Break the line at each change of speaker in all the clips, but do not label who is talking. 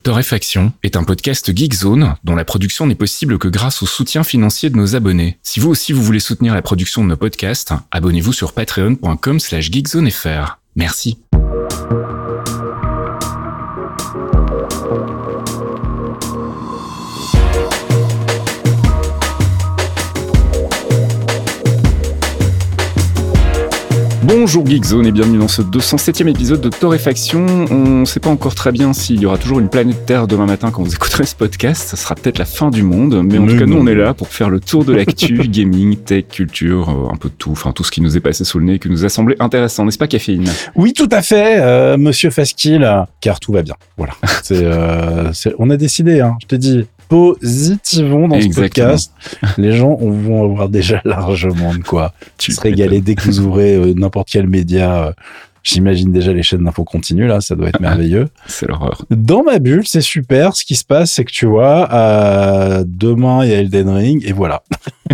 Torréfaction est un podcast Geekzone dont la production n'est possible que grâce au soutien financier de nos abonnés. Si vous aussi vous voulez soutenir la production de nos podcasts, abonnez-vous sur patreon.com/geekzonefr. Merci. Bonjour Geekzone et bienvenue dans ce 207e épisode de Torréfaction. On ne sait pas encore très bien s'il y aura toujours une planète Terre demain matin quand vous écouterez ce podcast. Ça sera peut-être la fin du monde, mais en tout cas nous on est là pour faire le tour de l'actu, gaming, tech, culture, un peu de tout, enfin tout ce qui nous est passé sous le nez et qui nous a semblé intéressant, n'est-ce pas Caféine ?
Oui tout à fait, Monsieur Faskill, car tout va bien. Voilà, on a décidé, je te dis. Positivons dans ce podcast. Les gens vont avoir déjà largement de quoi se régaler dès que vous ouvrez n'importe quel média. J'imagine déjà les chaînes d'infos continues, là, ça doit être merveilleux.
C'est l'horreur.
Dans ma bulle, c'est super. Ce qui se passe, c'est que tu vois, demain, il y a Elden Ring, et voilà.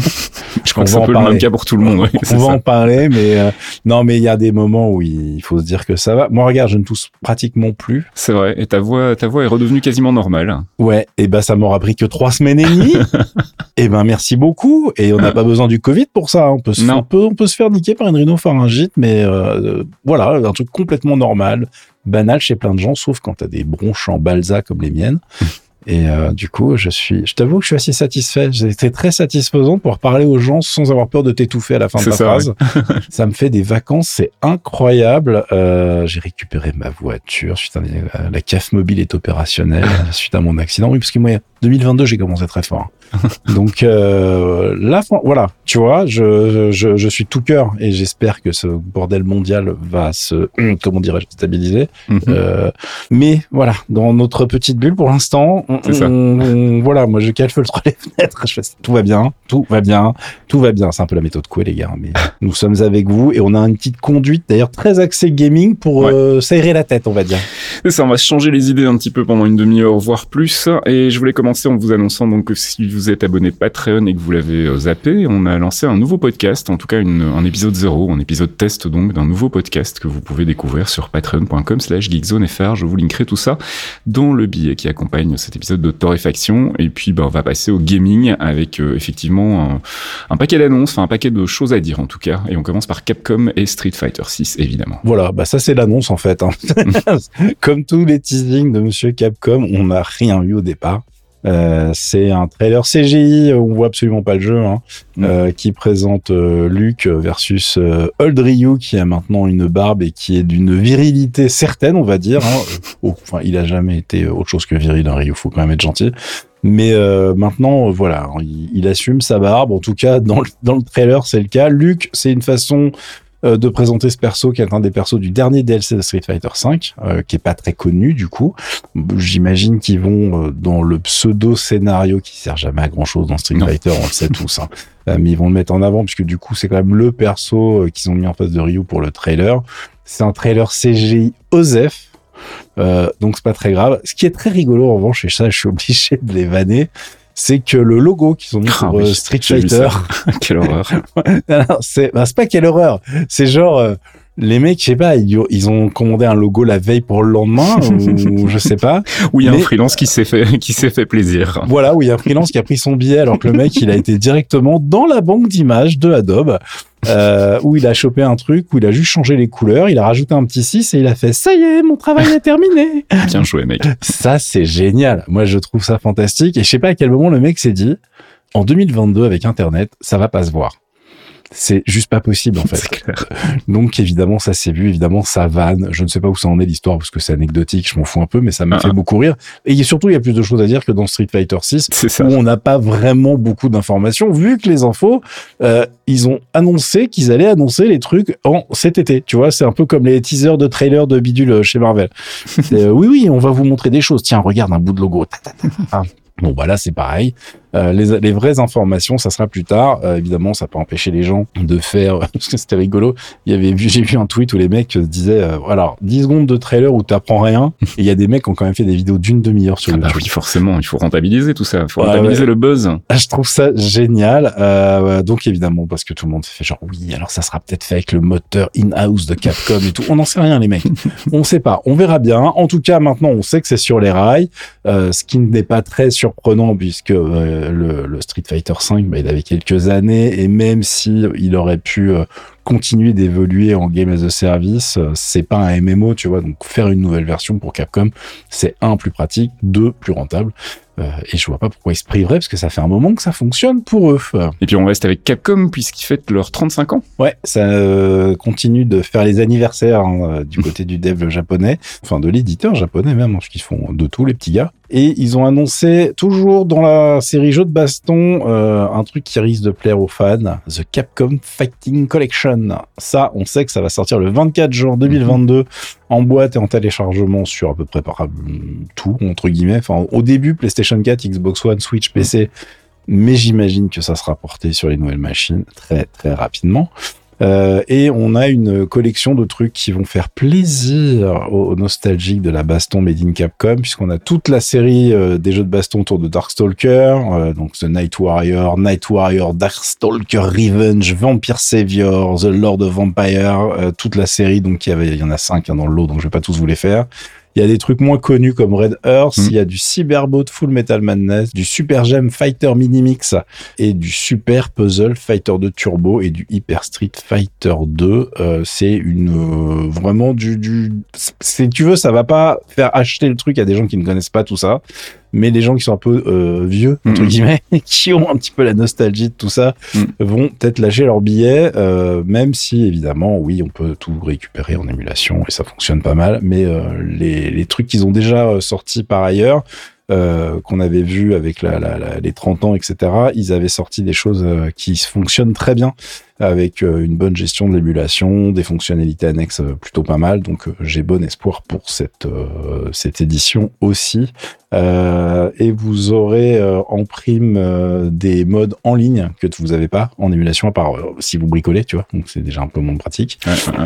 Je crois que c'est un peu le même cas pour tout le monde.
On va en parler, mais non, mais il y a des moments où il faut se dire que ça va. Moi, regarde, je ne tousse pratiquement plus.
C'est vrai, et ta voix est redevenue quasiment normale.
Ouais, et ben ça m'aura pris que 3 semaines et demie. Et ben merci beaucoup. Et on n'a pas besoin du Covid pour ça. On peut se faire niquer par une rhinopharyngite, mais voilà, un truc complètement normal, banal chez plein de gens, sauf quand t'as des bronches en balsa comme les miennes. Et du coup, je t'avoue que je suis assez satisfait. C'était très satisfaisant de pouvoir parler aux gens sans avoir peur de t'étouffer à la fin de ta phrase. Ouais. Ça me fait des vacances, c'est incroyable. J'ai récupéré ma voiture. La CAF mobile est opérationnelle suite à mon accident. Oui, parce que moi, 2022, j'ai commencé très fort. Donc là, voilà, tu vois, je suis tout cœur et j'espère que ce bordel mondial va se, comment dirais-je, stabiliser. Mais voilà, dans notre petite bulle pour l'instant, voilà, moi je cale feu sur les fenêtres, je fais tout va bien. C'est un peu la méthode quoi les gars, mais nous sommes avec vous et on a une petite conduite d'ailleurs très axée gaming pour s'aérer la tête, on va dire.
C'est ça, on va se changer les idées un petit peu pendant une demi-heure voire plus. Et je voulais commencer en vous annonçant donc que si vous êtes abonné Patreon et que vous l'avez zappé, on a lancé un nouveau podcast, en tout cas un épisode 0, un épisode test donc d'un nouveau podcast que vous pouvez découvrir sur patreon.com/geekzonefr. Je vous linkerai tout ça dans le billet qui accompagne cet épisode de Torréfaction. Et puis on va passer au gaming avec effectivement un paquet d'annonces, enfin un paquet de choses à dire en tout cas. Et on commence par Capcom et Street Fighter 6 évidemment.
Voilà, ça c'est l'annonce en fait. Comme tous les teasings de Monsieur Capcom, on n'a rien eu au départ. C'est un trailer CGI, on voit absolument pas le jeu, qui présente Luke versus Old Ryu, qui a maintenant une barbe et qui est d'une virilité certaine, on va dire. Enfin, il a jamais été autre chose que viril, Ryu, faut quand même être gentil. Mais maintenant, voilà, il assume sa barbe. En tout cas, dans le trailer, c'est le cas. Luke, c'est une façon de présenter ce perso qui est un des persos du dernier DLC de Street Fighter V, qui est pas très connu du coup. J'imagine qu'ils vont dans le pseudo-scénario qui sert jamais à grand-chose dans Street Fighter, on le sait tous. Mais ils vont le mettre en avant puisque du coup c'est quand même le perso qu'ils ont mis en face de Ryu pour le trailer. C'est un trailer CGI OSEF, donc c'est pas très grave. Ce qui est très rigolo en revanche, et ça je suis obligé de les vanner, c'est que le logo qu'ils ont mis sur Street Fighter...
Quelle horreur.
Alors, c'est pas quelle horreur. C'est genre, les mecs, je sais pas, ils ont commandé un logo la veille pour le lendemain, ou je sais pas.
Où il y a un freelance qui s'est fait plaisir.
Voilà, où il y a un freelance qui a pris son billet alors que le mec, il a été directement dans la banque d'images de Adobe, où il a chopé un truc, où il a juste changé les couleurs, il a rajouté un petit 6 et il a fait « Ça y est, mon travail est terminé !»
Bien joué, mec.
Ça, c'est génial. Moi, je trouve ça fantastique. Et je sais pas à quel moment le mec s'est dit « En 2022, avec Internet, ça va pas se voir. » C'est juste pas possible, en fait.
C'est clair.
Donc, évidemment, ça s'est vu. Évidemment, ça vanne. Je ne sais pas où ça en est, l'histoire, parce que c'est anecdotique. Je m'en fous un peu, mais ça m'a fait beaucoup rire. Et surtout, il y a plus de choses à dire que dans Street Fighter 6, où on n'a pas vraiment beaucoup d'informations, vu que les infos, ils ont annoncé qu'ils allaient annoncer les trucs cet été. Tu vois, c'est un peu comme les teasers de trailers de bidule chez Marvel. Oui, on va vous montrer des choses. Tiens, regarde un bout de logo. Bon, bah là, c'est pareil. Les vraies informations, ça sera plus tard. Évidemment, ça peut empêcher les gens de faire... Parce que c'était rigolo. J'ai vu un tweet où les mecs disaient alors, 10 secondes de trailer où t'apprends rien. Et il y a des mecs qui ont quand même fait des vidéos d'une demi-heure sur YouTube.
Bah oui, forcément. Il faut rentabiliser tout ça. Il faut rentabiliser le buzz.
Je trouve ça génial. Donc, évidemment, parce que tout le monde fait genre, oui, alors ça sera peut-être fait avec le moteur in-house de Capcom et tout. On n'en sait rien, les mecs. On sait pas. On verra bien. En tout cas, maintenant, on sait que c'est sur les rails. Ce qui n'est pas très surprenant puisque le Street Fighter V, il avait quelques années et même si il aurait pu continuer d'évoluer en game as a service, c'est pas un MMO, tu vois. Donc faire une nouvelle version pour Capcom, c'est plus pratique, plus rentable. Et je vois pas pourquoi ils se priveraient parce que ça fait un moment que ça fonctionne pour eux.
Et puis on reste avec Capcom puisqu'ils fêtent leurs 35 ans.
Ouais, ça continue de faire les anniversaires du côté du dev japonais, enfin de l'éditeur japonais même, parce qu'ils font de tout les petits gars. Et ils ont annoncé, toujours dans la série jeux de baston, un truc qui risque de plaire aux fans, The Capcom Fighting Collection. Ça, on sait que ça va sortir le 24 juin 2022 en boîte et en téléchargement sur à peu près tout, entre guillemets. Enfin, au début, PlayStation 4, Xbox One, Switch, PC, mais j'imagine que ça sera porté sur les nouvelles machines très, très rapidement. Et on a une collection de trucs qui vont faire plaisir aux nostalgiques de la baston made in Capcom, puisqu'on a toute la série des jeux de baston autour de Darkstalker, donc The Night Warrior, Darkstalker Revenge, Vampire Savior, The Lord of Vampire, toute la série, donc il y en a 5 dans le lot, donc je vais pas tous vous les faire. Il y a des trucs moins connus comme Red Earth, il y a du Cyberbot Full Metal Madness, du Super Gem Fighter Mini Mix et du Super Puzzle Fighter 2 Turbo et du Hyper Street Fighter 2. C'est vraiment si tu veux, ça va pas faire acheter le truc à des gens qui ne connaissent pas tout ça. Mais les gens qui sont un peu vieux, entre guillemets, qui ont un petit peu la nostalgie de tout ça, vont peut-être lâcher leur billet, même si, évidemment, oui, on peut tout récupérer en émulation, et ça fonctionne pas mal, mais les trucs qu'ils ont déjà sortis par ailleurs, qu'on avait vu avec les 30 ans, etc., ils avaient sorti des choses qui fonctionnent très bien, avec une bonne gestion de l'émulation, des fonctionnalités annexes plutôt pas mal, donc j'ai bon espoir pour cette édition aussi. Et vous aurez en prime des modes en ligne que vous avez pas en émulation, à part si vous bricolez, tu vois, donc c'est déjà un peu moins pratique.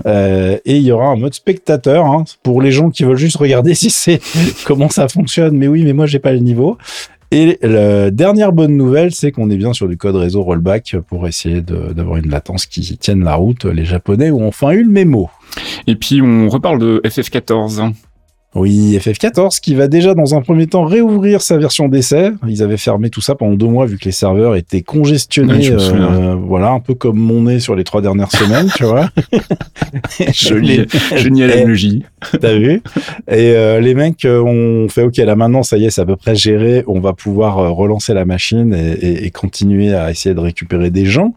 Et il y aura un mode spectateur pour les gens qui veulent juste regarder si c'est comment ça fonctionne, mais oui, mais moi j'ai pas le niveau. Et la dernière bonne nouvelle, c'est qu'on est bien sur du code réseau rollback pour essayer d'avoir une latence qui tienne la route. Les Japonais ont enfin eu le mémo.
Et puis on reparle de FF14.
Oui, FF14 qui va déjà dans un premier temps réouvrir sa version d'essai. Ils avaient fermé tout ça pendant 2 mois vu que les serveurs étaient congestionnés. Voilà, un peu comme mon nez sur les 3 dernières semaines, tu vois.
Je n'y ai la logie.
T'as vu? Et les mecs ont fait OK, là maintenant ça y est, c'est à peu près géré. On va pouvoir relancer la machine et continuer à essayer de récupérer des gens.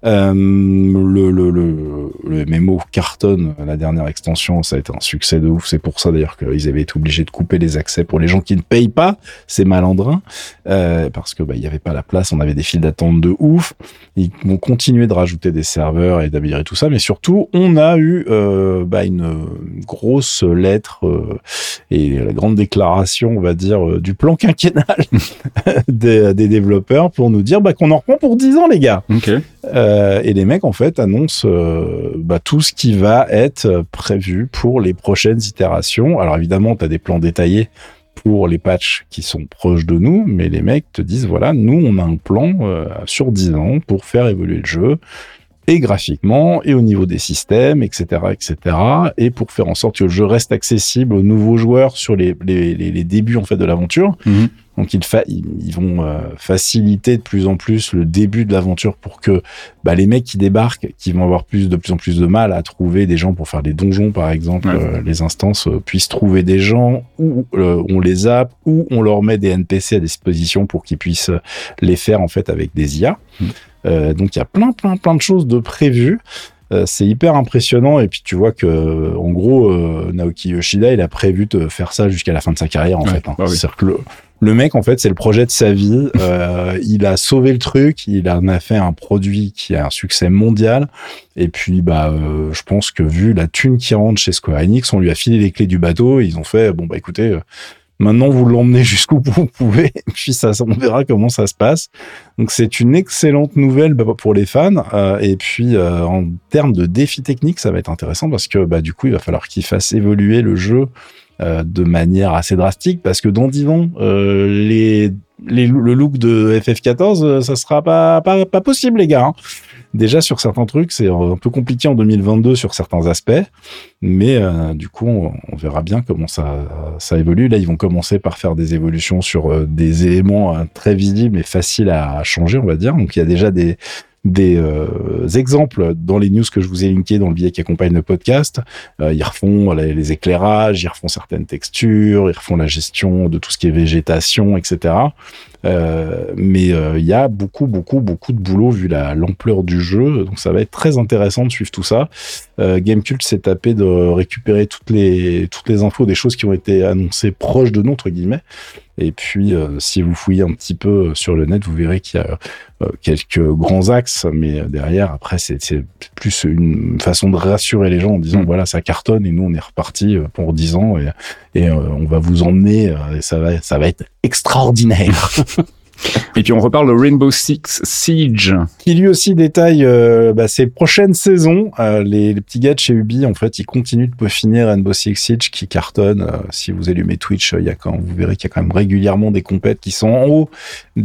Le mémo cartonne, la dernière extension, ça a été un succès de ouf. C'est pour ça d'ailleurs qu'ils avaient été obligés de couper les accès pour les gens qui ne payent pas, ces malandrins, parce que il y avait pas la place, on avait des files d'attente de ouf. Ils vont continuer de rajouter des serveurs et d'améliorer tout ça, mais surtout on a eu une grosse lettre et la grande déclaration, on va dire, du plan quinquennal des développeurs pour nous dire qu'on en reprend pour 10 ans, les gars.
Okay.
Et les mecs en fait annoncent tout ce qui va être prévu pour les prochaines itérations. Alors évidemment, tu as des plans détaillés pour les patchs qui sont proches de nous, mais les mecs te disent voilà, nous on a un plan sur 10 ans pour faire évoluer le jeu, et graphiquement, et au niveau des systèmes, etc., et pour faire en sorte que le jeu reste accessible aux nouveaux joueurs sur les débuts en fait de l'aventure. Donc ils vont faciliter de plus en plus le début de l'aventure pour que les mecs qui débarquent, qui vont avoir de plus en plus de mal à trouver des gens pour faire des donjons par exemple, les instances puissent trouver des gens, ou on les zappe, ou on leur met des NPC à disposition pour qu'ils puissent les faire en fait avec des IA. Donc il y a plein de choses de prévues. C'est hyper impressionnant, et puis tu vois que en gros Naoki Yoshida il a prévu de faire ça jusqu'à la fin de sa carrière en fait. C'est-à-dire que le mec en fait c'est le projet de sa vie. Il a sauvé le truc, il en a fait un produit qui a un succès mondial, et puis je pense que vu la thune qui rentre chez Square Enix, on lui a filé les clés du bateau et ils ont fait écoutez, Maintenant, vous l'emmenez jusqu'où vous pouvez, et puis on verra comment ça se passe. Donc, c'est une excellente nouvelle pour les fans. Et puis, en termes de défis techniques, ça va être intéressant parce que du coup, il va falloir qu'ils fassent évoluer le jeu de manière assez drastique, parce que dans 10 ans, le look de FF14, ça sera pas possible, les gars. Hein. Déjà, sur certains trucs, c'est un peu compliqué en 2022 sur certains aspects, mais du coup, on verra bien comment ça évolue. Là, ils vont commencer par faire des évolutions sur des éléments très visibles et faciles à changer, on va dire. Donc, il y a déjà des exemples dans les news que je vous ai linkés dans le billet qui accompagne le podcast. Ils refont les éclairages, ils refont certaines textures, ils refont la gestion de tout ce qui est végétation, etc. Mais il y a beaucoup de boulot vu l'ampleur du jeu, donc ça va être très intéressant de suivre tout ça. Gamecult s'est tapé de récupérer toutes les infos des choses qui ont été annoncées proches de nous, entre guillemets. Et puis, si vous fouillez un petit peu sur le net, vous verrez qu'il y a quelques grands axes, mais derrière, après, c'est plus une façon de rassurer les gens en disant, voilà, ça cartonne et nous, on est reparti pour 10 ans et on va vous emmener et ça va être extraordinaire.
Et puis on reparle de Rainbow Six Siege,
qui lui aussi détaille ses prochaines saisons. Les petits gars de chez Ubi, en fait, ils continuent de peaufiner Rainbow Six Siege qui cartonne. Si vous allumez Twitch, vous verrez qu'il y a quand même régulièrement des compètes qui sont en haut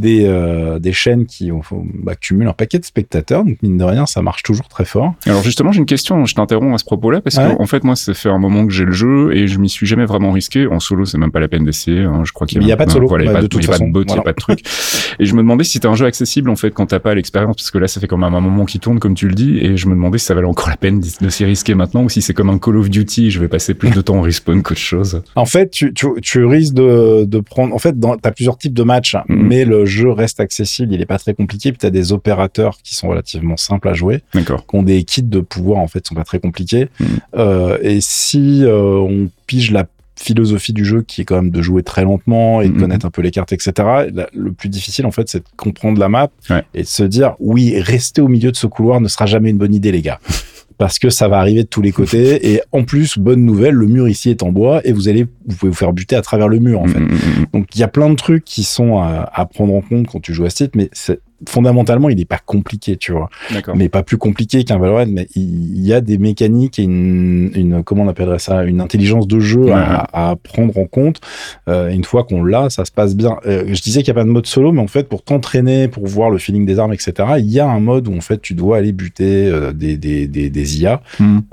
des chaînes qui cumulent un paquet de spectateurs. Donc mine de rien, ça marche toujours très fort.
Alors justement, j'ai une question, je t'interromps à ce propos-là, parce que en fait, moi, ça fait un moment que j'ai le jeu et je m'y suis jamais vraiment risqué. En solo, c'est même pas la peine d'essayer. Hein. Je crois qu'il
y a pas de solo.
Il y a pas
de
bot, il y a pas de truc. Et je me demandais si c'était un jeu accessible, en fait, quand t'as pas l'expérience, parce que là, ça fait quand même un moment qu'il tourne, comme tu le dis, et je me demandais si ça valait encore la peine de s'y risquer maintenant, ou si c'est comme un Call of Duty, je vais passer plus de temps en respawn qu'autre chose.
En fait, tu risques de prendre, en fait, t'as plusieurs types de matchs, mais le jeu reste accessible, il est pas très compliqué, puis t'as des opérateurs qui sont relativement simples à jouer,
d'accord,
qui ont des kits de pouvoir, en fait, sont pas très compliqués, et si on pige la philosophie du jeu qui est quand même de jouer très lentement et de connaître un peu les cartes, etc. Le plus difficile, en fait, c'est de comprendre la map et de se dire, oui, rester au milieu de ce couloir ne sera jamais une bonne idée, les gars. Parce que ça va arriver de tous les côtés. Et en plus, bonne nouvelle, le mur ici est en bois et vous pouvez vous faire buter à travers le mur, en fait. Donc, il y a plein de trucs qui sont à prendre en compte quand tu joues à ce titre, mais fondamentalement, il est pas compliqué, tu vois.
D'accord.
Mais pas plus compliqué qu'un Valorant, mais il y a des mécaniques et une comment on appellerait ça, une intelligence de jeu à prendre en compte. Une fois qu'on l'a, ça se passe bien. Je disais qu'il n'y a pas de mode solo, mais en fait, pour t'entraîner, pour voir le feeling des armes, etc., il y a un mode où en fait, tu dois aller buter des IA,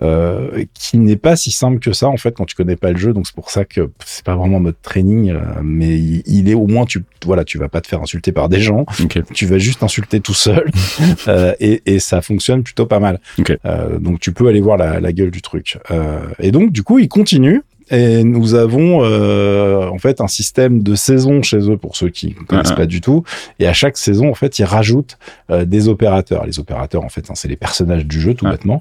qui n'est pas si simple que ça, en fait, quand tu connais pas le jeu. Donc, c'est pour ça que c'est pas vraiment mode training, mais il est au moins, tu vas pas te faire insulter par des gens.
Okay.
Tu vas juste insulter tout seul et ça fonctionne plutôt pas mal.
Okay.
Donc tu peux aller voir la gueule du truc. Et donc du coup, ils continuent. Et nous avons en fait un système de saison chez eux pour ceux qui ne connaissent pas du tout. Et à chaque saison, en fait, ils rajoutent des opérateurs. Les opérateurs, en fait, c'est les personnages du jeu, tout bêtement.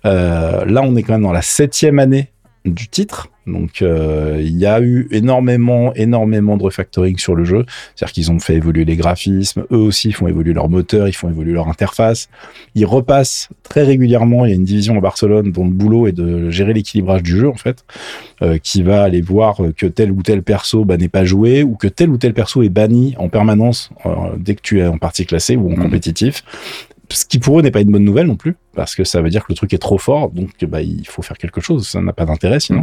Là, on est quand même dans la 7e année du titre. Donc, il y a eu énormément de refactoring sur le jeu. C'est-à-dire qu'ils ont fait évoluer les graphismes. Eux aussi, ils font évoluer leur moteur, ils font évoluer leur interface. Ils repassent très régulièrement. Il y a une division à Barcelone dont le boulot est de gérer l'équilibrage du jeu, en fait, qui va aller voir que tel ou tel perso n'est pas joué ou que tel ou tel perso est banni en permanence dès que tu es en partie classée ou en compétitif. Ce qui pour eux n'est pas une bonne nouvelle non plus, parce que ça veut dire que le truc est trop fort, donc il faut faire quelque chose, ça n'a pas d'intérêt sinon.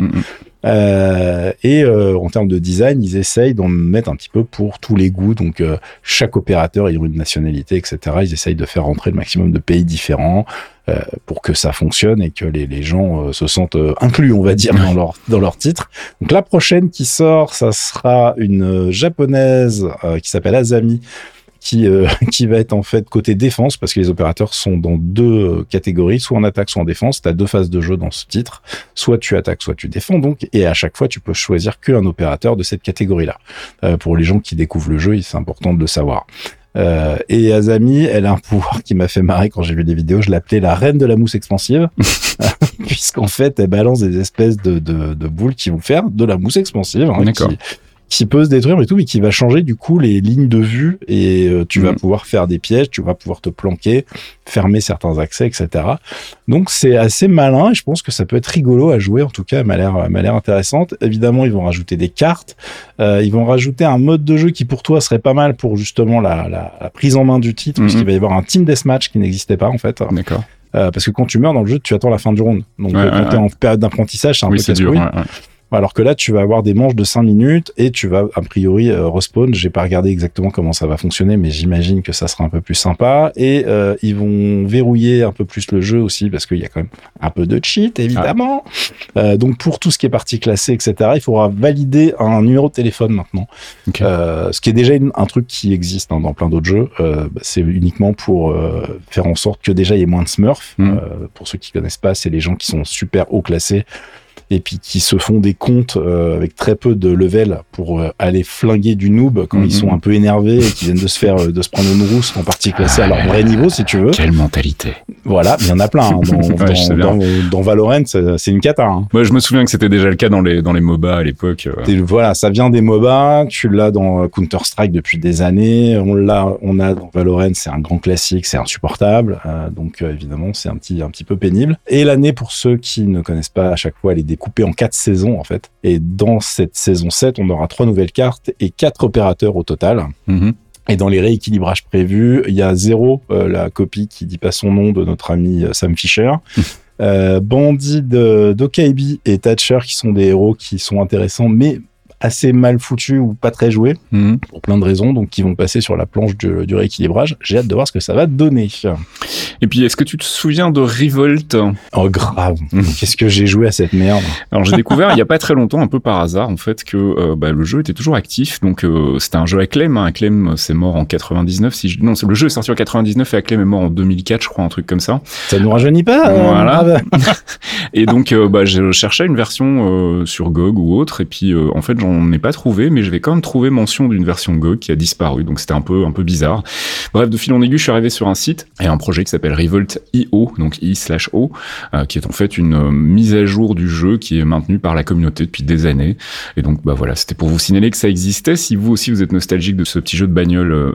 En termes de design, ils essayent d'en mettre un petit peu pour tous les goûts, donc chaque opérateur ayant une nationalité, etc. Ils essayent de faire rentrer le maximum de pays différents pour que ça fonctionne et que les gens se sentent inclus, on va dire, dans leur titre. Donc la prochaine qui sort, ça sera une japonaise qui s'appelle Azami, qui va être en fait côté défense, parce que les opérateurs sont dans 2 catégories, soit en attaque, soit en défense. Tu as 2 phases de jeu dans ce titre, soit tu attaques, soit tu défends, donc, et à chaque fois, tu peux choisir qu'un opérateur de cette catégorie-là. Pour les gens qui découvrent le jeu, c'est important de le savoir. Et Azami, elle a un pouvoir qui m'a fait marrer quand j'ai vu des vidéos. Je l'appelais la reine de la mousse expansive, puisqu'en fait, elle balance des espèces de boules qui vont faire de la mousse expansive, qui peut se détruire et tout, mais qui va changer du coup les lignes de vue et tu vas pouvoir faire des pièges, tu vas pouvoir te planquer, fermer certains accès, etc. Donc c'est assez malin et je pense que ça peut être rigolo à jouer. En tout cas, elle m'a l'air intéressante. Évidemment, ils vont rajouter des cartes, ils vont rajouter un mode de jeu qui pour toi serait pas mal pour justement la prise en main du titre, parce qu'il va y avoir un team deathmatch qui n'existait pas en fait.
D'accord.
Parce que quand tu meurs dans le jeu, tu attends la fin du round. Donc quand t'es en période d'apprentissage, c'est un peu casse-couille. Alors que là, tu vas avoir des manches de 5 minutes et tu vas, a priori, respawn. J'ai pas regardé exactement comment ça va fonctionner, mais j'imagine que ça sera un peu plus sympa. Et ils vont verrouiller un peu plus le jeu aussi, parce qu'il y a quand même un peu de cheat, évidemment. Donc, pour tout ce qui est partie classée, etc., il faudra valider un numéro de téléphone maintenant. Okay. Ce qui est déjà un truc qui existe dans plein d'autres jeux. C'est uniquement pour faire en sorte que déjà, il y ait moins de smurfs. Pour ceux qui connaissent pas, c'est les gens qui sont super haut classés et puis qui se font des comptes avec très peu de level pour aller flinguer du noob quand ils sont un peu énervés et qu'ils viennent de se prendre une rousse en partie classée à leur vrai niveau, si tu veux.
Quelle mentalité.
Voilà, il y en a plein. Dans Valorant, c'est une cata. Hein.
Ouais, je me souviens que c'était déjà le cas dans les MOBA à l'époque.
Voilà, ça vient des MOBA. Tu l'as dans Counter-Strike depuis des années. On a dans Valorant, c'est un grand classique, c'est insupportable. Donc évidemment, c'est un petit peu pénible. Et l'année, pour ceux qui ne connaissent pas, à chaque fois, elle est découpée en 4 saisons en fait. Et dans cette saison 7, on aura 3 nouvelles cartes et 4 opérateurs au total. Et dans les rééquilibrages prévus, il y a 0, la copie qui dit pas son nom de notre ami Sam Fisher. Bandit d'Okaibi et Thatcher qui sont des héros qui sont intéressants, mais assez mal foutus ou pas très joués, pour plein de raisons, donc qui vont passer sur la planche du rééquilibrage. J'ai hâte de voir ce que ça va donner.
Et puis, est-ce que tu te souviens de Revolt ?
Oh, grave. Qu'est-ce que j'ai joué à cette merde.
Alors, j'ai découvert il y a pas très longtemps, un peu par hasard, en fait, que le jeu était toujours actif. Donc, c'était un jeu Acclaim. Acclaim, c'est mort en 99. Non, le jeu est sorti en 99 et Acclaim est mort en 2004, je crois, un truc comme ça.
Ça nous rajeunit pas.
Voilà. Et donc, je cherchais une version sur GOG ou autre. Et puis, en fait, j'en ai pas trouvé, mais j'avais quand même trouvé mention d'une version GOG qui a disparu. Donc, c'était un peu bizarre. Bref, de fil en aiguille, je suis arrivé sur un site et un projet qui s'appelle Revolt.io, donc i/o, qui est en fait une mise à jour du jeu qui est maintenue par la communauté depuis des années. Et donc, voilà, c'était pour vous signaler que ça existait. Si vous aussi, vous êtes nostalgique de ce petit jeu de bagnole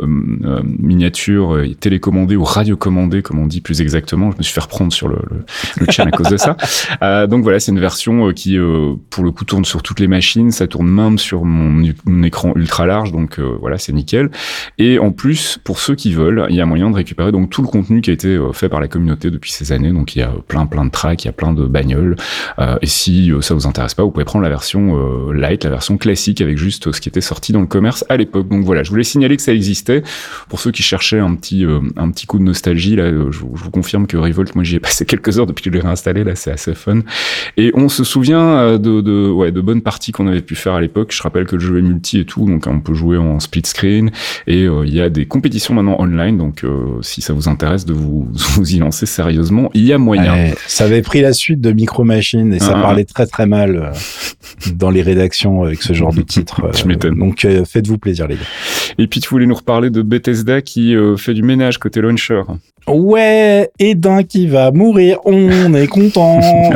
miniature, télécommandé ou radiocommandé, comme on dit plus exactement, je me suis fait reprendre sur le chat à cause de ça. Donc voilà, c'est une version qui, pour le coup, tourne sur toutes les machines. Ça tourne même sur mon écran ultra large, donc voilà, c'est nickel. Et en plus, pour ceux qui veulent, il y a moyen de récupérer donc tout le contenu qui a été fait par la communauté depuis ces années. Donc il y a plein de tracks, il y a plein de bagnoles. Et si ça vous intéresse pas, vous pouvez prendre la version light, la version classique avec juste ce qui était sorti dans le commerce à l'époque. Donc voilà, je voulais signaler que ça existait. Pour ceux qui cherchaient un petit coup de nostalgie, là, je vous confirme que Revolt, moi j'y ai passé quelques heures depuis que je l'ai réinstallé. Là, c'est assez fun. Et on se souvient de bonnes parties qu'on avait pu faire à l'époque. Je rappelle que le jeu est multi et tout, donc on peut jouer en split screen. Et il y a des compétitions maintenant online. Donc si ça vous intéresse de vous y lancer sérieusement, il y a moyen.
Ouais, ça avait pris la suite de Micro Machines et ça parlait très très mal dans les rédactions avec ce genre de titre.
Je m'étonne.
Donc faites-vous plaisir les gars.
Et puis tu voulais nous reparler de Bethesda qui fait du ménage côté launcher.
Ouais, Edin qui va mourir, on est content.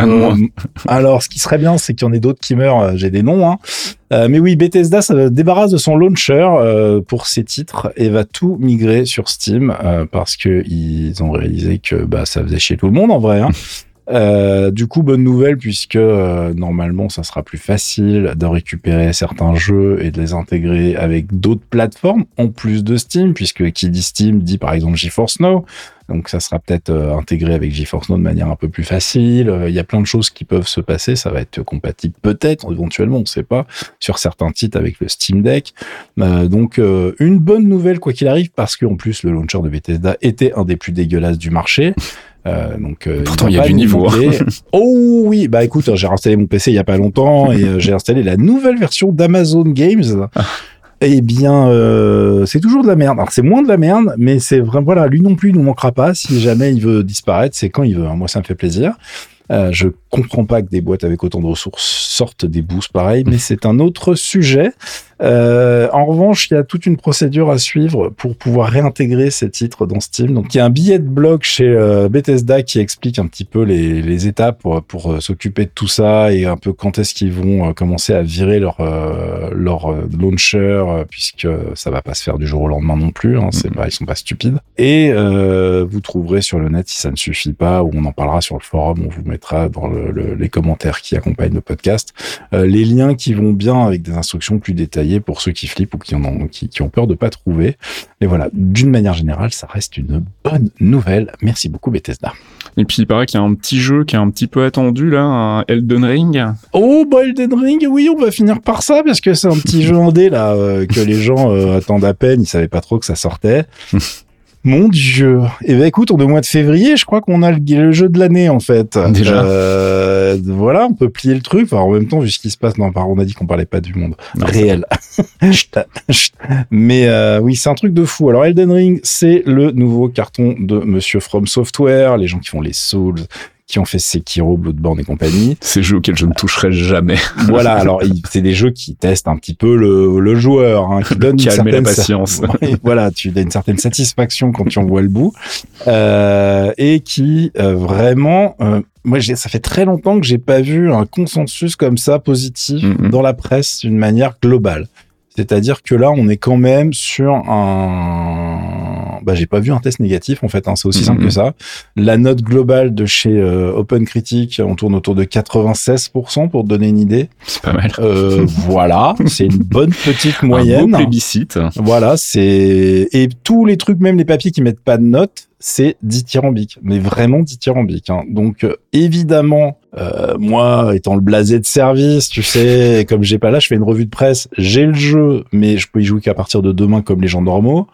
Alors, ce qui serait bien, c'est qu'il y en ait d'autres qui meurent. J'ai des noms, hein. Mais oui, Bethesda se débarrasse de son launcher pour ses titres et va tout migrer sur Steam parce que ils ont réalisé que ça faisait chier tout le monde en vrai. Hein. Du coup, bonne nouvelle puisque normalement, ça sera plus facile de récupérer certains jeux et de les intégrer avec d'autres plateformes en plus de Steam, puisque qui dit Steam dit par exemple GeForce Now. Donc ça sera peut-être intégré avec GeForce Now de manière un peu plus facile. Il y a plein de choses qui peuvent se passer. Ça va être compatible peut-être, éventuellement, on ne sait pas, sur certains titres avec le Steam Deck. Donc une bonne nouvelle quoi qu'il arrive, parce qu'en plus le launcher de Bethesda était un des plus dégueulasses du marché.
Pourtant il y a du niveau.
Oh oui, écoute, j'ai réinstallé mon PC il y a pas longtemps et j'ai installé la nouvelle version d'Amazon Games. Eh bien, c'est toujours de la merde. Alors, c'est moins de la merde, mais c'est vraiment, voilà, lui non plus, il nous manquera pas. Si jamais il veut disparaître, c'est quand il veut. Hein. Moi, ça me fait plaisir. Je comprends pas que des boîtes avec autant de ressources sortent des boosts pareils, mais c'est un autre sujet. En revanche, il y a toute une procédure à suivre pour pouvoir réintégrer ces titres dans Steam. Donc, il y a un billet de blog chez Bethesda qui explique un petit peu les étapes pour s'occuper de tout ça et un peu quand est-ce qu'ils vont commencer à virer leur launcher, puisque ça va pas se faire du jour au lendemain non plus. Hein, ils sont pas stupides. Et vous trouverez sur le net si ça ne suffit pas, ou on en parlera sur le forum, on vous mettra dans les commentaires qui accompagnent le podcast les liens qui vont bien avec des instructions plus détaillées pour ceux qui flippent ou qui ont peur de pas trouver. Et voilà, d'une manière générale, ça reste une bonne nouvelle. Merci beaucoup Bethesda.
Et puis il paraît qu'il y a un petit jeu qui est un petit peu attendu là, un Elden Ring.
Oh bah Elden Ring, oui, on va finir par ça parce que c'est un petit jeu indé là que les gens attendent à peine, ils savaient pas trop que ça sortait. Mon Dieu. Eh ben écoute, on est au mois de février, je crois qu'on a le jeu de l'année en fait.
Déjà.
Voilà, on peut plier le truc. Enfin, en même temps, vu ce qui se passe, non, on a dit qu'on parlait pas du monde réel. Mais oui, c'est un truc de fou. Alors Elden Ring, c'est le nouveau carton de Monsieur From Software, les gens qui font les Souls, qui ont fait Sekiro, Bloodborne et compagnie.
Ces jeux auxquels je ne toucherai jamais.
Voilà, alors c'est des jeux qui testent un petit peu le joueur, hein, qui donnent une certaine
la patience.
Voilà, tu as une certaine satisfaction quand tu en vois le bout, et qui vraiment, moi ça fait très longtemps que j'ai pas vu un consensus comme ça positif dans la presse d'une manière globale. C'est-à-dire que là, on est quand même sur j'ai pas vu un test négatif, en fait, hein, c'est aussi simple que ça. La note globale de chez OpenCritic, on tourne autour de 96% pour te donner une idée.
C'est pas mal.
Voilà, c'est une bonne petite moyenne.
Un beau plébiscite.
Voilà, et tous les trucs, même les papiers qui mettent pas de notes, c'est dithyrambique, mais vraiment dithyrambique. Hein. Donc, évidemment, moi, étant le blasé de service, tu sais, comme j'ai pas là, je fais une revue de presse, j'ai le jeu, mais je peux y jouer qu'à partir de demain comme les gens normaux.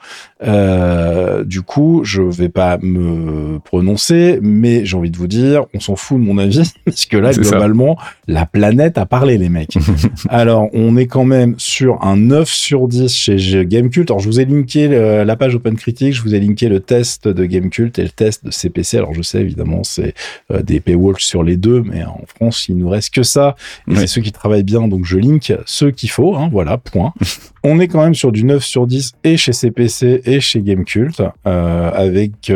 Du coup, je vais pas me prononcer, mais j'ai envie de vous dire, on s'en fout de mon avis, parce que là, globalement, la planète a parlé, les mecs. Alors, on est quand même sur un 9 sur 10 chez Gamecult. Alors, je vous ai linké la page OpenCritic, je vous ai linké le test de Gamecult et le test de CPC. Alors, je sais, évidemment, c'est des paywalls sur les deux, mais en France, il nous reste que ça. Et c'est ceux qui travaillent bien, donc je link ceux qu'il faut, hein, voilà, point. On est quand même sur du 9 sur 10 et chez CPC et chez Gamecult, avec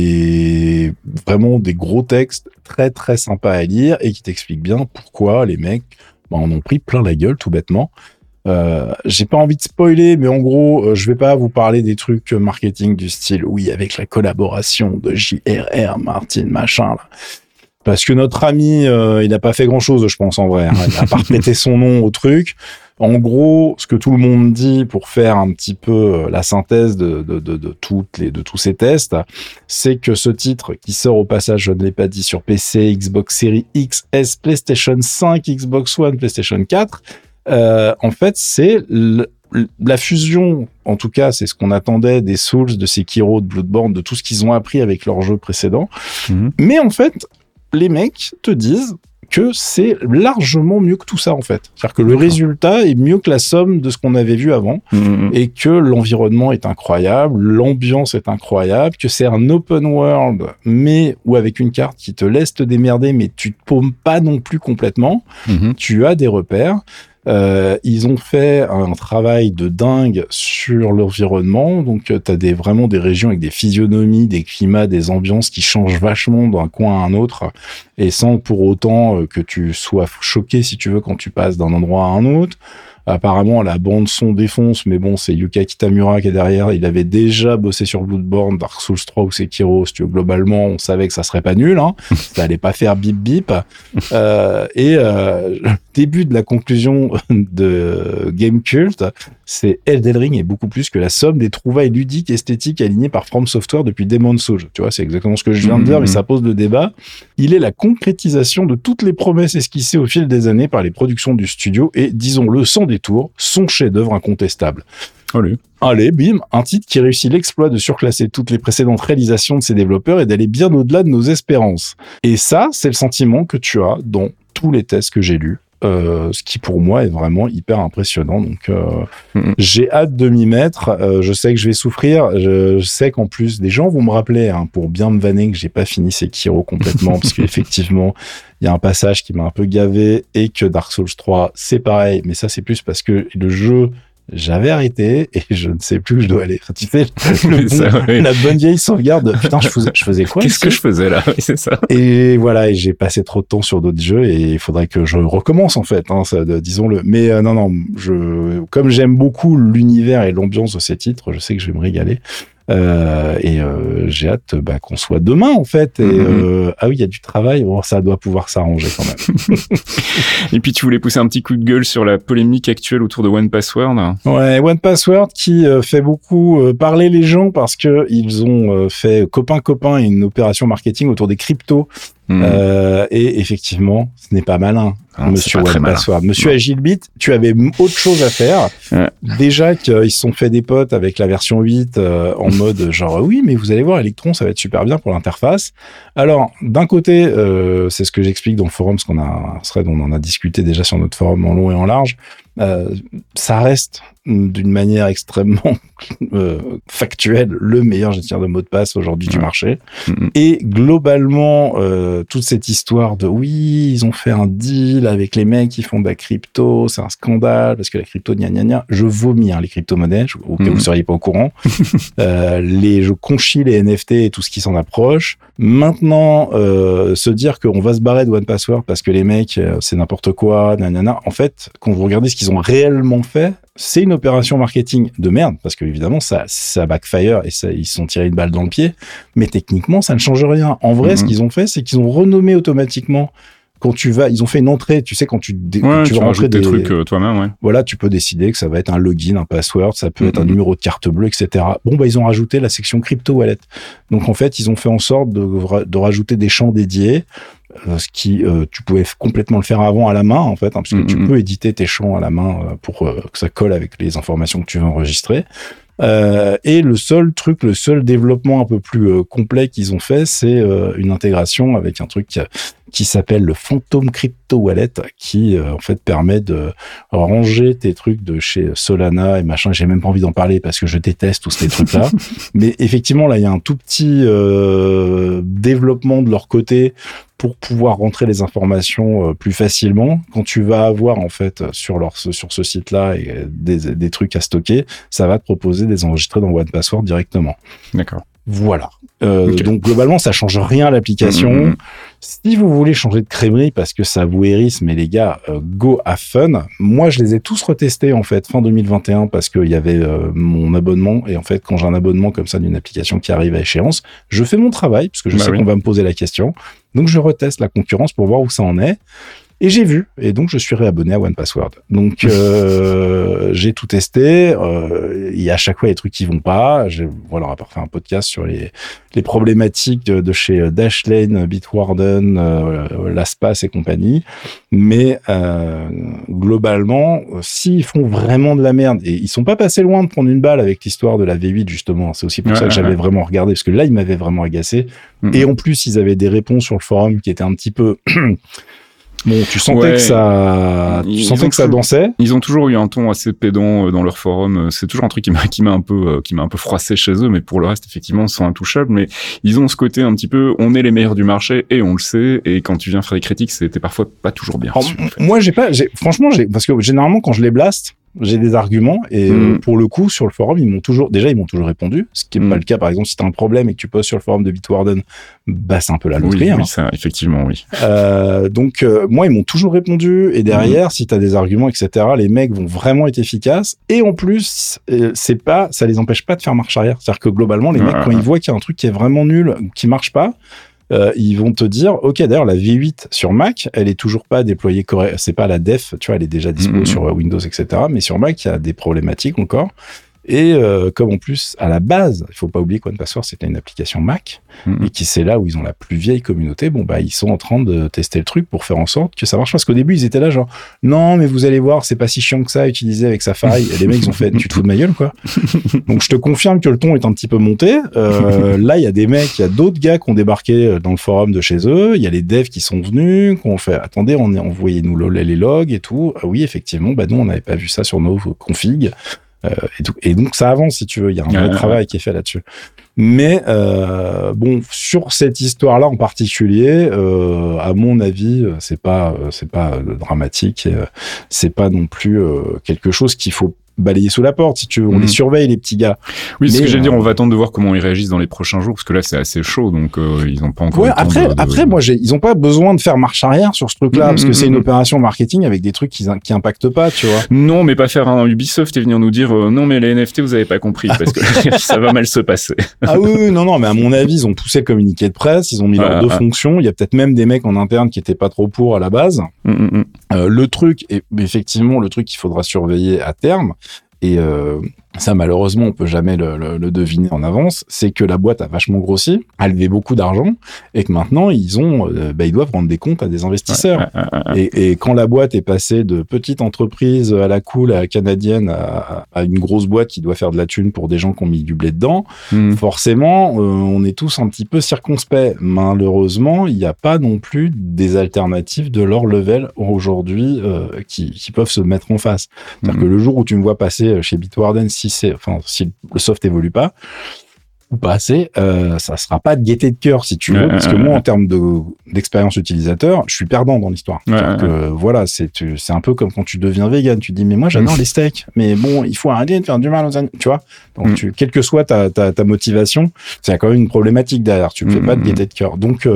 vraiment des gros textes très très sympas à lire et qui t'expliquent bien pourquoi les mecs en ont pris plein la gueule, tout bêtement. J'ai pas envie de spoiler, mais en gros, je vais pas vous parler des trucs marketing du style, oui, avec la collaboration de JRR, Martin, machin, là. Parce que notre ami, il n'a pas fait grand-chose, je pense, en vrai. Hein. Il n'a pas répété son nom au truc. En gros, ce que tout le monde dit pour faire un petit peu la synthèse de tous ces tests, c'est que ce titre qui sort au passage, je ne l'ai pas dit, sur PC, Xbox Series X, S, PlayStation 5, Xbox One, PlayStation 4, en fait, c'est la fusion, en tout cas, c'est ce qu'on attendait des Souls, de Sekiro, de Bloodborne, de tout ce qu'ils ont appris avec leurs jeux précédents. Mais en fait, les mecs te disent que c'est largement mieux que tout ça, en fait. C'est-à-dire que le résultat est mieux que la somme de ce qu'on avait vu avant, et que l'environnement est incroyable, l'ambiance est incroyable, que c'est un open world, mais ou avec une carte qui te laisse te démerder, mais tu te paumes pas non plus complètement. Tu as des repères. Ils ont fait un travail de dingue sur l'environnement, donc t'as vraiment des régions avec des physionomies, des climats, des ambiances qui changent vachement d'un coin à un autre, et sans pour autant que tu sois choqué, si tu veux, quand tu passes d'un endroit à un autre. Apparemment, la bande son défonce, mais bon, c'est Yuka Kitamura qui est derrière. Il avait déjà bossé sur Bloodborne, Dark Souls 3 ou Sekiro. Si tu veux, globalement, on savait que ça serait pas nul, hein. Ça allait pas faire bip bip. Le début de la conclusion de Gamecult, c'est Elden Ring est beaucoup plus que la somme des trouvailles ludiques esthétiques alignées par From Software depuis Demon's Souls. Tu vois, c'est exactement ce que je viens de dire, mais ça pose le débat. Il est la concrétisation de toutes les promesses esquissées au fil des années par les productions du studio et, disons-le sans détour, son chef-d'œuvre incontestable. Allez, bim, un titre qui réussit l'exploit de surclasser toutes les précédentes réalisations de ses développeurs et d'aller bien au-delà de nos espérances. Et ça, c'est le sentiment que tu as dans tous les tests que j'ai lus. Ce qui pour moi est vraiment hyper impressionnant, donc j'ai hâte de m'y mettre. Je sais que je vais souffrir, je sais qu'en plus des gens vont me rappeler, hein, pour bien me vanner, que j'ai pas fini Sekiro complètement parce qu'effectivement il y a un passage qui m'a un peu gavé, et que Dark Souls 3 c'est pareil, mais ça c'est plus parce que le jeu J'avais arrêté et je ne sais plus où je dois aller. Enfin, tu sais,
oui.
la bonne vieille sauvegarde. Putain, je faisais quoi?
Qu'est-ce que je faisais là? Oui, c'est ça.
Et voilà, et j'ai passé trop de temps sur d'autres jeux et il faudrait que je recommence en fait, hein, ça, disons-le. Mais non, comme j'aime beaucoup l'univers et l'ambiance de ces titres, je sais que je vais me régaler. J'ai hâte qu'on soit demain en fait. Ah oui, il y a du travail. Bon, ça doit pouvoir s'arranger quand même.
Et puis tu voulais pousser un petit coup de gueule sur la polémique actuelle autour de 1Password.
Ouais, 1Password qui fait beaucoup parler les gens parce que ils ont fait copain une opération marketing autour des cryptos. Et effectivement, ce n'est pas malin. Monsieur 1Password. Monsieur Agilebit, tu avais autre chose à faire.
Ouais.
Déjà qu'ils se sont fait des potes avec la version 8 en mode genre oui, mais vous allez voir, Electron, ça va être super bien pour l'interface. Alors, d'un côté, c'est ce que j'explique dans le forum, parce qu'on a un thread, on en a discuté déjà sur notre forum en long et en large. Ça reste d'une manière extrêmement factuelle le meilleur gestionnaire de mots de passe aujourd'hui du marché. Et globalement, toute cette histoire de oui, ils ont fait un deal avec les mecs qui font de la crypto, c'est un scandale parce que la crypto gna gna gna. Je vomis les crypto-monnaies, au cas où vous seriez pas au courant. Je conchis les NFT et tout ce qui s'en approche. Maintenant, se dire qu'on va se barrer de 1Password parce que les mecs, c'est n'importe quoi, gna gna gna. En fait, quand vous regardez ce qu'ils ont réellement fait, c'est une opération marketing de merde, parce que évidemment ça backfire et ils se sont tirés une balle dans le pied, mais techniquement ça ne change rien. En vrai, ce qu'ils ont fait, c'est qu'ils ont renommé automatiquement. Quand ils ont fait une entrée, tu sais, quand tu vas rentrer
des trucs toi-même, ouais.
Voilà, tu peux décider que ça va être un login, un password, ça peut être un numéro de carte bleue, etc. Bon, ils ont rajouté la section crypto wallet. Donc en fait, ils ont fait en sorte de rajouter des champs dédiés. Ce qui, tu pouvais complètement le faire avant à la main, en fait, parce que tu peux éditer tes champs à la main pour que ça colle avec les informations que tu veux enregistrer. Et le seul développement un peu plus complet qu'ils ont fait, c'est une intégration avec un truc qui s'appelle le Phantom Crypto Wallet, qui en fait permet de ranger tes trucs de chez Solana et machin. J'ai même pas envie d'en parler parce que je déteste tous ces trucs-là. Mais effectivement, là, il y a un tout petit développement de leur côté pour pouvoir rentrer les informations plus facilement. Quand tu vas avoir en fait sur ce site-là des trucs à stocker, ça va te proposer de les enregistrer dans 1Password directement.
D'accord.
Voilà. Donc globalement, ça change rien à l'application. Si vous voulez changer de crèmerie parce que ça vous hérisse, mais les gars, go have fun. Moi, je les ai tous retestés en fait fin 2021 parce qu'il y avait mon abonnement, et en fait, quand j'ai un abonnement comme ça d'une application qui arrive à échéance, je fais mon travail parce que je sais qu'on va me poser la question. Donc je reteste la concurrence pour voir où ça en est. Et j'ai vu, et donc je suis réabonné à 1Password. Donc j'ai tout testé. Il y a à chaque fois des trucs qui vont pas. On va faire un podcast sur les problématiques de chez Dashlane, Bitwarden, LastPass et compagnie. Mais globalement, s'ils font vraiment de la merde, et ils sont pas passés loin de prendre une balle avec l'histoire de la V8 justement. C'est aussi pour ça que j'avais vraiment regardé, parce que là ils m'avaient vraiment agacé. Et en plus ils avaient des réponses sur le forum qui étaient un petit peu bon, tu sentais que ça dansait.
Ils ont toujours eu un ton assez pédant dans leur forum. C'est toujours un truc qui m'a un peu froissé chez eux, mais pour le reste, effectivement, ils sont intouchables. Mais ils ont ce côté un petit peu, on est les meilleurs du marché et on le sait. Et quand tu viens faire des critiques, c'était parfois pas toujours bien reçu. En fait.
Moi, parce que généralement, quand je les blaste, j'ai des arguments, et pour le coup, sur le forum, ils m'ont toujours répondu, ce qui n'est pas le cas, par exemple, si tu as un problème et que tu postes sur le forum de Bitwarden, c'est un peu la loterie.
Oui, ça, effectivement, oui.
Donc, moi, ils m'ont toujours répondu, et derrière, si tu as des arguments, etc., les mecs vont vraiment être efficaces, et en plus, ça les empêche pas de faire marche arrière. C'est-à-dire que globalement, les mecs, quand ils voient qu'il y a un truc qui est vraiment nul, qui marche pas, ils vont te dire, ok, d'ailleurs, la V8 sur Mac, elle est toujours pas déployée correctement. C'est pas la def, tu vois, elle est déjà dispo sur Windows, etc. Mais sur Mac, il y a des problématiques encore. Et comme en plus, à la base, il faut pas oublier que1Password, c'était une application Mac, et qui c'est là où ils ont la plus vieille communauté. Bon, ils sont en train de tester le truc pour faire en sorte que ça marche. Parce qu'au début, ils étaient là genre, non, mais vous allez voir, c'est pas si chiant que ça à utiliser avec Safari. Et les mecs, ils ont fait, tu te fous de ma gueule, quoi. Donc, je te confirme que le ton est un petit peu monté. Là, il y a d'autres gars qui ont débarqué dans le forum de chez eux. Il y a les devs qui sont venus, qui ont fait, attendez, envoyez-nous les logs et tout. Ah oui, effectivement, nous, on n'avait pas vu ça sur nos configs. Et donc ça avance, si tu veux, il y a un vrai travail qui est fait là-dessus. Mais sur cette histoire-là en particulier, à mon avis, c'est pas dramatique, c'est pas non plus quelque chose qu'il faut balayer sous la porte, si tu veux. On les surveille, les petits gars.
Oui, ce que j'allais dire, on va attendre de voir comment ils réagissent dans les prochains jours, parce que là, c'est assez chaud, donc ils n'ont pas encore.
Ouais, après, moi, ils n'ont pas besoin de faire marche arrière sur ce truc-là, parce que c'est une opération marketing avec des trucs qui impactent pas, tu vois.
Non, mais pas faire un Ubisoft et venir nous dire non, mais les NFT, vous avez pas compris, parce que ça va mal se passer.
Ah oui, non, mais à mon avis, ils ont poussé le communiqué de presse, ils ont mis leurs deux fonctions. Il y a peut-être même des mecs en interne qui étaient pas trop pour à la base. Le truc, et effectivement, le truc qu'il faudra surveiller à terme, et ça, malheureusement, on peut jamais le deviner en avance, c'est que la boîte a vachement grossi, a levé beaucoup d'argent, et que maintenant, ils doivent rendre des comptes à des investisseurs. Et quand la boîte est passée de petite entreprise à la cool, à la canadienne, à une grosse boîte qui doit faire de la thune pour des gens qui ont mis du blé dedans, forcément, on est tous un petit peu circonspects. Malheureusement, il n'y a pas non plus des alternatives de leur level aujourd'hui qui peuvent se mettre en face. C'est-à-dire que le jour où tu me vois passer chez Bitwarden, si le soft évolue pas ou pas assez, ça sera pas de gaieté de cœur, si tu veux, parce que moi, en termes d'expérience utilisateur, je suis perdant dans l'histoire. Voilà, c'est un peu comme quand tu deviens vegan, tu dis mais moi j'adore les steaks, mais bon, il faut arrêter de faire du mal aux animaux, tu vois. Donc quelle que soit ta motivation, c'est quand même une problématique derrière. Tu ne fais pas de gaieté de cœur. Donc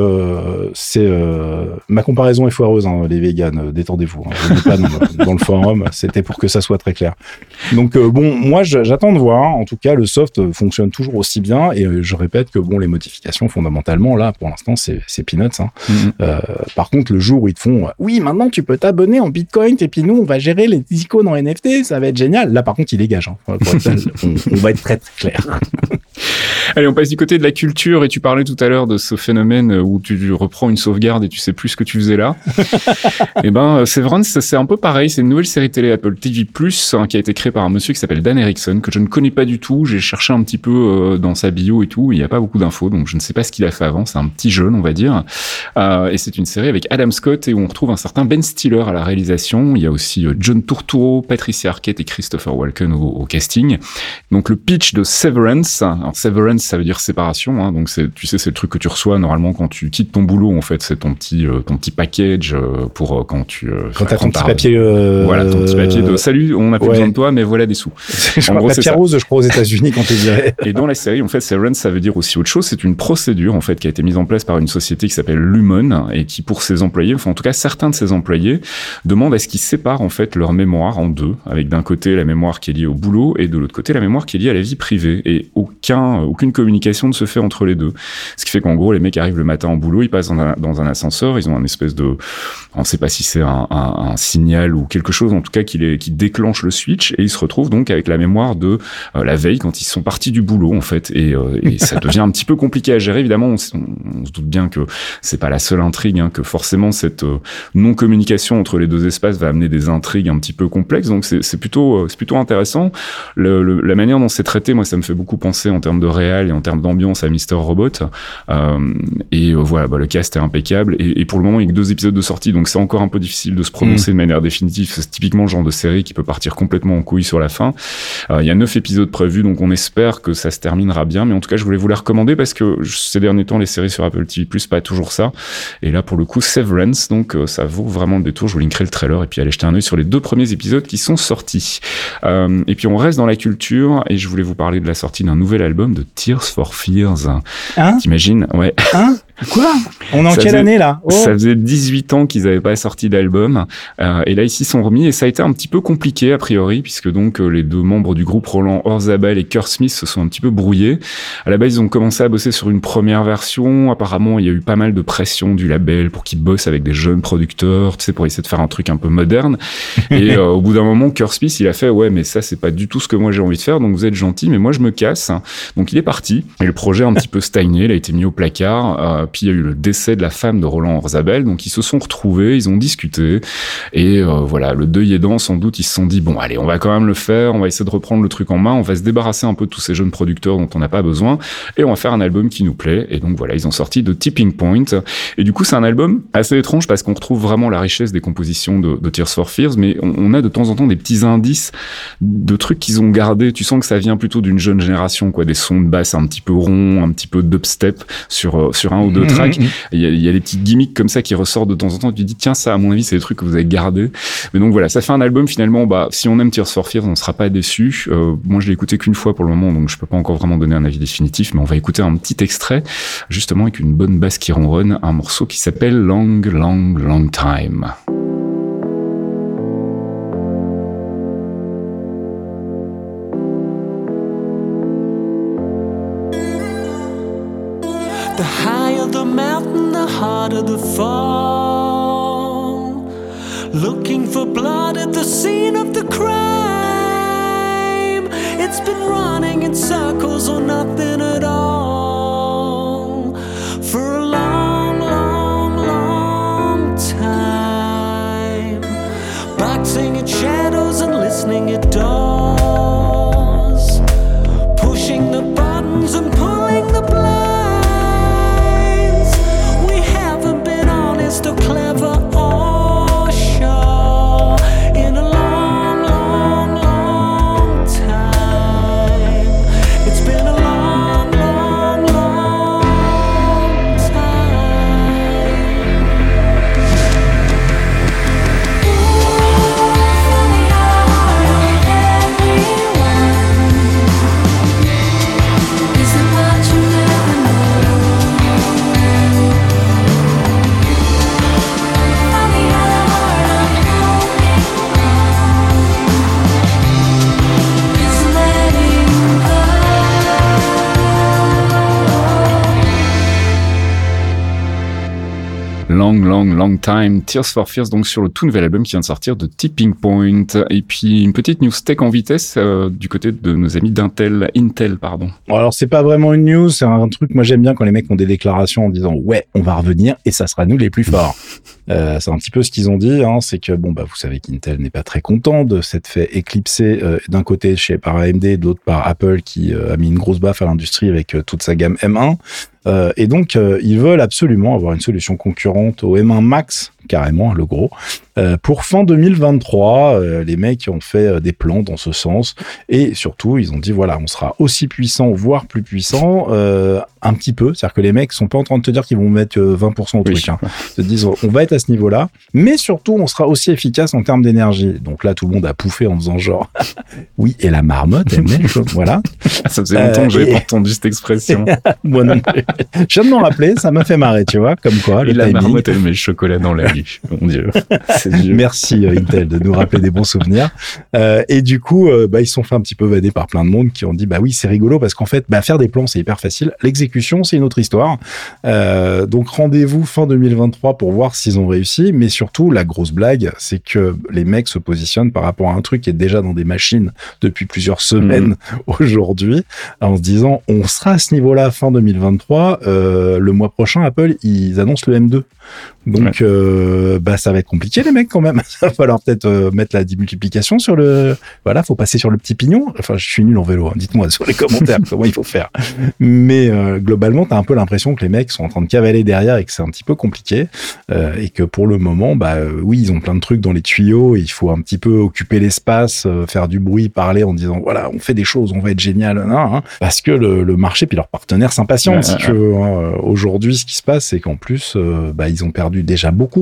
ma comparaison est foireuse, hein, les véganes, détendez-vous. Hein, je ne dis pas dans le forum, c'était pour que ça soit très clair. Donc moi j'attends de voir. En tout cas, le soft fonctionne toujours aussi bien. Et je répète que les modifications fondamentalement là pour l'instant c'est peanuts. Hein. Par contre, le jour où ils te font oui, maintenant tu peux t'abonner en Bitcoin et puis nous on va gérer les icônes en NFT, ça va être génial. Là par contre ils dégagent. Hein. On va être très très clair.
Allez, on passe du côté de la culture et tu parlais tout à l'heure de ce phénomène où tu reprends une sauvegarde et tu sais plus ce que tu faisais là. Et Severance, c'est un peu pareil. C'est une nouvelle série télé Apple TV+, qui a été créée par un monsieur qui s'appelle Dan Erickson, que je ne connais pas du tout. J'ai cherché un petit peu dans sa bio et tout. Il n'y a pas beaucoup d'infos, donc je ne sais pas ce qu'il a fait avant. C'est un petit jeune, on va dire. Et c'est une série avec Adam Scott et où on retrouve un certain Ben Stiller à la réalisation. Il y a aussi John Turturro, Patricia Arquette et Christopher Walken au casting. Donc le pitch de Severance. Alors Severance, ça veut dire séparation, hein, donc c'est le truc que tu reçois normalement quand tu quittes ton boulot, en fait, c'est ton petit package pour quand tu
t'as ton petit papier
voilà, ton petit papier de salut, on n'a plus besoin de toi, mais voilà des sous.
En gros, papier rose, je crois, aux États-Unis quand tu dirais.
Et dans la série, en fait, Severance, ça veut dire aussi autre chose. C'est une procédure, en fait, qui a été mise en place par une société qui s'appelle Lumon et qui, pour ses employés, enfin en tout cas certains de ses employés, demandent à ce qu'ils séparent en fait leur mémoire en deux, avec d'un côté la mémoire qui est liée au boulot et de l'autre côté la mémoire qui est liée à la vie privée. Et aucune communication ne se fait entre les deux. Ce qui fait qu'en gros, les mecs arrivent le matin au boulot, ils passent dans un ascenseur, ils ont un espèce de, on ne sait pas si c'est un signal ou quelque chose, en tout cas qui déclenche le switch, et ils se retrouvent donc avec la mémoire de la veille quand ils sont partis du boulot, en fait. Et ça devient un petit peu compliqué à gérer. Évidemment, on se doute bien que c'est pas la seule intrigue, hein, que forcément cette non-communication entre les deux espaces va amener des intrigues un petit peu complexes. Donc c'est plutôt intéressant. La manière dont c'est traité, moi, ça me fait beaucoup penser en termes de réal et en termes d'ambiance à Mr. Robot. Voilà, le cast est impeccable. Et pour le moment, il y a que 2 épisodes de sortie, donc c'est encore un peu difficile de se prononcer de manière définitive. C'est typiquement le genre de série qui peut partir complètement en couille sur la fin. Il y a 9 épisodes prévus, donc on espère que ça se terminera bien. Mais en tout cas, je voulais vous les recommander parce que ces derniers temps, les séries sur Apple TV+, pas toujours ça. Et là, pour le coup, Severance, donc ça vaut vraiment le détour. Je vous linkerai le trailer et puis allez jeter un œil sur les 2 premiers épisodes qui sont sortis. Et puis on reste dans la culture et je voulais vous parler de la sortie d'un nouvel album de Tears for Fears.
Hein?
T'imagines? Ouais.
Hein? Quoi? On est en quelle année là?
Ça faisait 18 ans qu'ils n'avaient pas sorti d'album et là ici sont remis et ça a été un petit peu compliqué a priori puisque donc les 2 membres du groupe Roland Orzabal et Kurt Smith se sont un petit peu brouillés. À la base ils ont commencé à bosser sur une première version, apparemment il y a eu pas mal de pression du label pour qu'ils bossent avec des jeunes producteurs, tu sais, pour essayer de faire un truc un peu moderne et au bout d'un moment Kurt Smith il a fait ouais mais ça c'est pas du tout ce que moi j'ai envie de faire, donc vous êtes gentils mais moi je me casse. Donc il est parti et le projet a un petit peu stagné, il a été mis au placard. Puis il y a eu le décès de la femme de Roland Orzabal, donc ils se sont retrouvés, ils ont discuté, et voilà, le deuil aidant, sans doute, ils se sont dit, bon, allez, on va quand même le faire, on va essayer de reprendre le truc en main, on va se débarrasser un peu de tous ces jeunes producteurs dont on n'a pas besoin, et on va faire un album qui nous plaît, et donc voilà, ils ont sorti The Tipping Point, et du coup, c'est un album assez étrange, parce qu'on retrouve vraiment la richesse des compositions de Tears for Fears, mais on a de temps en temps des petits indices de trucs qu'ils ont gardés, tu sens que ça vient plutôt d'une jeune génération, quoi, des sons de basse un petit peu ronds, un petit peu dubstep sur un ou deux tracks. Il y a des petites gimmicks comme ça qui ressortent de temps en temps. Tu te dis, tiens, ça, à mon avis, c'est des trucs que vous avez gardés. Mais donc voilà, ça fait un album finalement, si on aime Tears for Fears, on ne sera pas déçu. Moi, je l'ai écouté qu'une fois pour le moment, donc je peux pas encore vraiment donner un avis définitif, mais on va écouter un petit extrait, justement avec une bonne basse qui ronronne, un morceau qui s'appelle Long, Long, Long Time.
The higher the mountain, the harder the fall. Looking for blood at the scene of the crime. It's been running in circles or nothing at all for a long, long, long time. Boxing at shadows and listening at doors. Pushing the buttons and pulling the blinds. We haven't been honest or clever or sure in a long, long, long time. It's been a long, long, long
Long, Long, Long Time, Tears for Fears, donc sur le tout nouvel album qui vient de sortir de Tipping Point. Et puis une petite news tech en vitesse du côté de nos amis Intel.
Alors c'est pas vraiment une news, c'est un truc, moi j'aime bien quand les mecs ont des déclarations en disant ouais, on va revenir et ça sera nous les plus forts. C'est un petit peu ce qu'ils ont dit, hein, c'est que vous savez qu'Intel n'est pas très content de s'être fait éclipser d'un côté par AMD, de l'autre par Apple qui a mis une grosse baffe à l'industrie avec toute sa gamme M1. Et donc, ils veulent absolument avoir une solution concurrente au M1 Max, carrément, le gros. Pour fin 2023, les mecs ont fait des plans dans ce sens. Et surtout, ils ont dit, voilà, on sera aussi puissant, voire plus puissant, un petit peu. C'est-à-dire que les mecs sont pas en train de te dire qu'ils vont mettre 20% au truc. Hein. Ils te disent, on va être à ce niveau-là. Mais surtout, on sera aussi efficace en termes d'énergie. Donc là, tout le monde a pouffé en faisant genre, oui, et la marmotte, elle met, voilà.
Ça faisait longtemps que j'avais pas entendu cette expression.
Moi non plus. Je viens de m'en rappeler, ça m'a fait marrer, tu vois, comme quoi.
Et la marmotte, elle met le chocolat dans la vie. Mon Dieu.
Merci Intel de nous rappeler des bons souvenirs. Et du coup, ils se sont fait un petit peu vader par plein de monde qui ont dit, oui, c'est rigolo parce qu'en fait, faire des plans, c'est hyper facile. L'exécution, c'est une autre histoire. Donc, rendez-vous fin 2023 pour voir s'ils ont réussi. Mais surtout, la grosse blague, c'est que les mecs se positionnent par rapport à un truc qui est déjà dans des machines depuis plusieurs semaines aujourd'hui, en se disant, on sera à ce niveau-là fin 2023. Le mois prochain, Apple, ils annoncent le M2. Donc, ça va être compliqué, les mecs, quand même. Ça va falloir peut-être mettre la démultiplication sur le... Voilà, faut passer sur le petit pignon. Enfin, je suis nul en vélo. Hein. Dites-moi sur les commentaires comment il faut faire. Mais globalement, t'as un peu l'impression que les mecs sont en train de cavaler derrière et que c'est un petit peu compliqué. Et que pour le moment, oui, ils ont plein de trucs dans les tuyaux. Et il faut un petit peu occuper l'espace, faire du bruit, parler en disant, voilà, on fait des choses, on va être génial. Hein, parce que le marché puis leurs partenaires s'impatientent, si tu veux. Aujourd'hui, ce qui se passe, c'est qu'en plus, ils ont perdu déjà beaucoup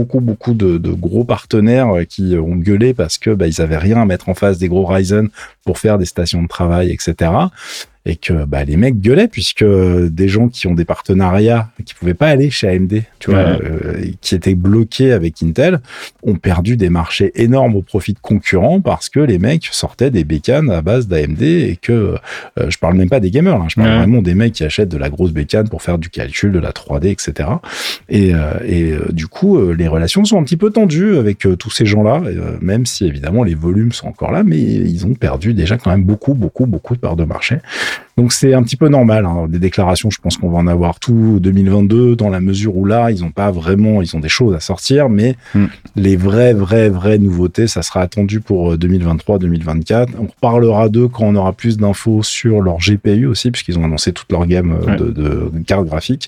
de gros partenaires qui ont gueulé parce que ils avaient rien à mettre en face des gros Ryzen pour faire des stations de travail, etc. Et que les mecs gueulaient puisque des gens qui ont des partenariats qui pouvaient pas aller chez AMD, tu vois, qui étaient bloqués avec Intel, ont perdu des marchés énormes au profit de concurrents parce que les mecs sortaient des bécanes à base d'AMD et que je parle même pas des gamers, hein, je parle vraiment des mecs qui achètent de la grosse bécane pour faire du calcul, de la 3D, etc. Et du coup, les relations sont un petit peu tendues avec tous ces gens-là, même si évidemment les volumes sont encore là, mais ils ont perdu déjà quand même beaucoup de parts de marché. Donc c'est un petit peu normal, hein. Des déclarations, je pense qu'on va en avoir tout 2022 dans la mesure où là, ils ont des choses à sortir, mais les vraies nouveautés, ça sera attendu pour 2023-2024. On reparlera d'eux quand on aura plus d'infos sur leur GPU aussi, puisqu'ils ont annoncé toute leur gamme de cartes graphiques.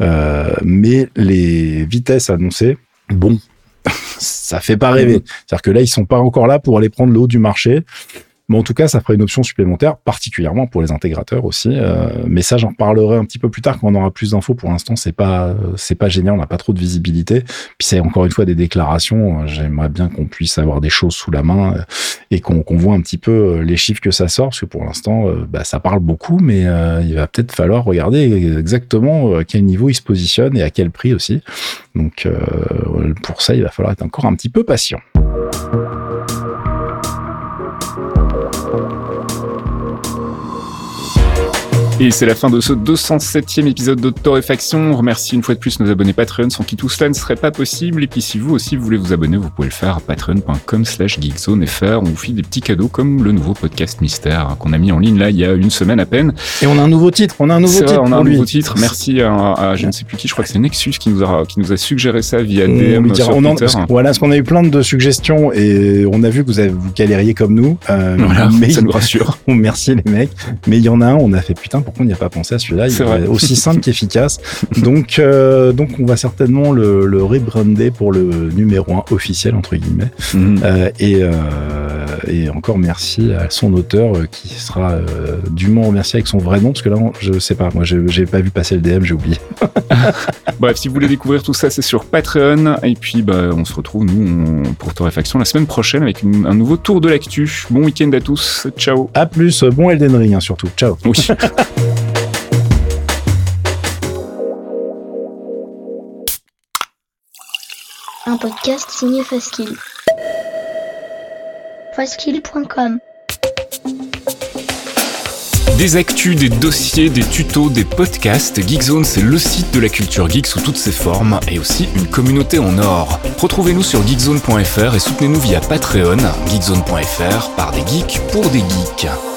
Mais les vitesses annoncées, ça fait pas rêver. C'est-à-dire que là, ils sont pas encore là pour aller prendre le haut du marché. Mais en tout cas, ça fera une option supplémentaire, particulièrement pour les intégrateurs aussi. Mais ça, j'en reparlerai un petit peu plus tard quand on aura plus d'infos. Pour l'instant, c'est pas génial, on n'a pas trop de visibilité. Puis c'est encore une fois des déclarations. J'aimerais bien qu'on puisse avoir des choses sous la main et qu'on voit un petit peu les chiffres que ça sort, parce que pour l'instant, ça parle beaucoup, mais il va peut-être falloir regarder exactement à quel niveau il se positionne et à quel prix aussi. Donc pour ça, il va falloir être encore un petit peu patient.
Et c'est la fin de ce 207e épisode de Torréfaction. On remercie une fois de plus nos abonnés Patreon, sans qui tout cela ne serait pas possible. Et puis si vous aussi voulez vous abonner, vous pouvez le faire à patreon.com/geekzonefr. On vous file des petits cadeaux comme le nouveau podcast Mystère qu'on a mis en ligne là il y a une semaine à peine.
Et on a un nouveau titre.
On a un nouveau titre. Merci à je ne sais plus qui, je crois que c'est Nexus qui nous a suggéré ça via DM sur Twitter.
Voilà, parce qu'on a eu plein de suggestions et on a vu que vous galériez comme nous.
Voilà, ça nous rassure.
Merci les mecs. Mais il y en a un, on a fait putain, pourquoi on n'y a pas pensé à celui-là? Il est aussi simple qu'efficace. Donc on va certainement le rebrander pour le numéro 1 officiel, entre guillemets. Et encore merci à son auteur qui sera dûment remercié avec son vrai nom, parce que là, je sais pas, moi, j'ai pas vu passer le DM, j'ai oublié.
Bref, si vous voulez découvrir tout ça, c'est sur Patreon. Et puis, on se retrouve, nous, pour Torréfaction la semaine prochaine avec un nouveau tour de l'actu. Bon week-end à tous. Ciao.
À plus. Bon Elden Ring, surtout. Ciao.
Oui.
Un podcast signé Faskill. Faskill.com.
Des actus, des dossiers, des tutos, des podcasts, Geekzone, c'est le site de la culture geek sous toutes ses formes et aussi une communauté en or. Retrouvez-nous sur geekzone.fr et soutenez-nous via Patreon, geekzone.fr, par des geeks pour des geeks.